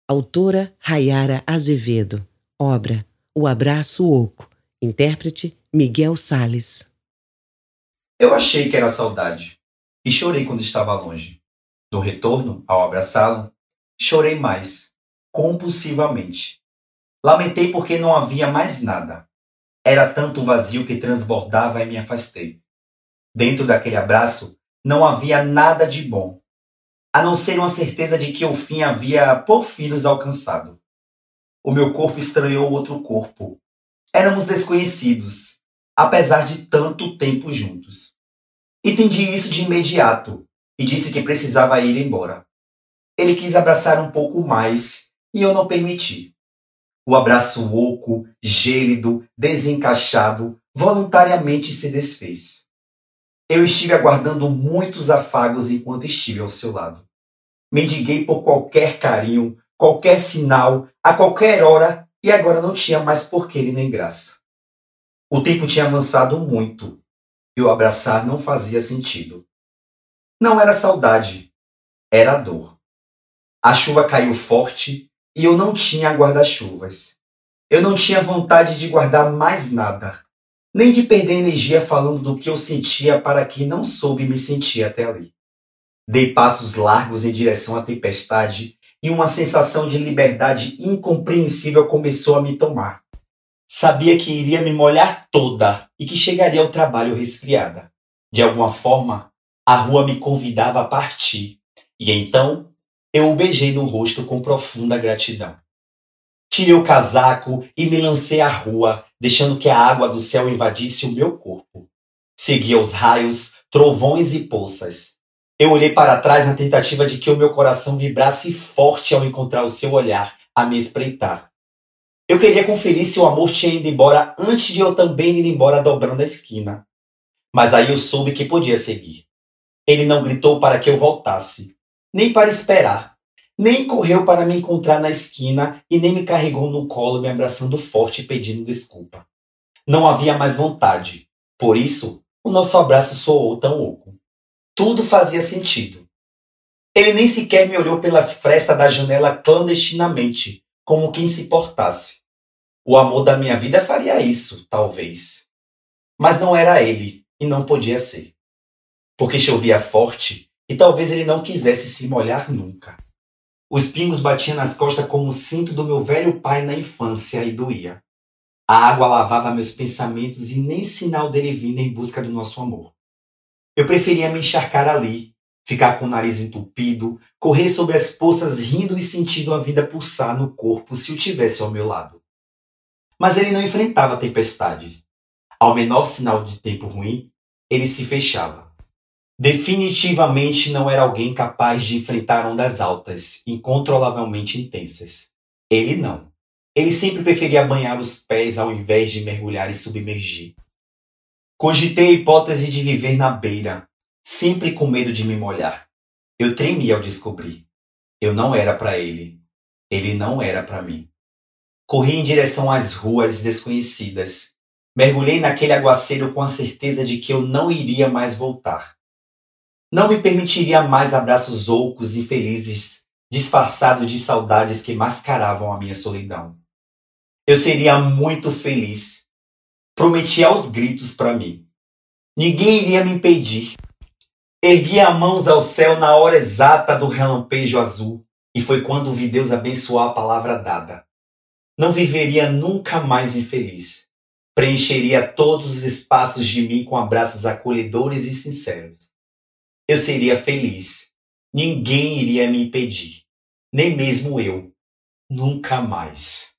Autora Rayara Azevedo. Obra O Abraço Oco. Intérprete Miguel Sales. Eu achei que era saudade e chorei quando estava longe. No retorno, ao abraçá-lo, chorei mais, compulsivamente. Lamentei porque não havia mais nada. Era tanto vazio que transbordava e me afastei. Dentro daquele abraço não havia nada de bom, a não ser uma certeza de que o fim havia por fim nos alcançado. O meu corpo estranhou outro corpo. Éramos desconhecidos, apesar de tanto tempo juntos. Entendi isso de imediato e disse que precisava ir embora. Ele quis abraçar um pouco mais e eu não permiti. O abraço oco, gélido, desencaixado, voluntariamente se desfez. Eu estive aguardando muitos afagos enquanto estive ao seu lado. Mendiguei por qualquer carinho, qualquer sinal, a qualquer hora, e agora não tinha mais porquê nem graça. O tempo tinha avançado muito, e o abraçar não fazia sentido. Não era saudade, era dor. A chuva caiu forte e eu não tinha guarda-chuvas. Eu não tinha vontade de guardar mais nada, nem de perder energia falando do que eu sentia para quem não soube me sentir até ali. Dei passos largos em direção à tempestade e uma sensação de liberdade incompreensível começou a me tomar. Sabia que iria me molhar toda e que chegaria ao trabalho resfriada. De alguma forma, a rua me convidava a partir, e então eu o beijei no rosto com profunda gratidão. Tirei o casaco e me lancei à rua, deixando que a água do céu invadisse o meu corpo. Seguia os raios, trovões e poças. Eu olhei para trás na tentativa de que o meu coração vibrasse forte ao encontrar o seu olhar a me espreitar. Eu queria conferir se o amor tinha ido embora antes de eu também ir embora dobrando a esquina. Mas aí eu soube que podia seguir. Ele não gritou para que eu voltasse, nem para esperar, nem correu para me encontrar na esquina e nem me carregou no colo me abraçando forte e pedindo desculpa. Não havia mais vontade. Por isso, o nosso abraço soou tão oco. Tudo fazia sentido. Ele nem sequer me olhou pelas frestas da janela clandestinamente, como quem se portasse. O amor da minha vida faria isso, talvez. Mas não era ele, e não podia ser. Porque chovia forte, e talvez ele não quisesse se molhar nunca. Os pingos batiam nas costas como o cinto do meu velho pai na infância e doía. A água lavava meus pensamentos e nem sinal dele vindo em busca do nosso amor. Eu preferia me encharcar ali, ficar com o nariz entupido, correr sobre as poças rindo e sentindo a vida pulsar no corpo se o tivesse ao meu lado. Mas ele não enfrentava tempestades. Ao menor sinal de tempo ruim, ele se fechava. Definitivamente não era alguém capaz de enfrentar ondas altas, incontrolavelmente intensas. Ele não. Ele sempre preferia banhar os pés ao invés de mergulhar e submergir. Cogitei a hipótese de viver na beira, sempre com medo de me molhar. Eu tremia ao descobrir. Eu não era para ele. Ele não era para mim. Corri em direção às ruas desconhecidas. Mergulhei naquele aguaceiro com a certeza de que eu não iria mais voltar. Não me permitiria mais abraços ocos e felizes, disfarçados de saudades que mascaravam a minha solidão. Eu seria muito feliz. Prometi aos gritos para mim. Ninguém iria me impedir. Ergui as mãos ao céu na hora exata do relampejo azul, e foi quando vi Deus abençoar a palavra dada. Não viveria nunca mais infeliz. Preencheria todos os espaços de mim com abraços acolhedores e sinceros. Eu seria feliz. Ninguém iria me impedir. Nem mesmo eu. Nunca mais.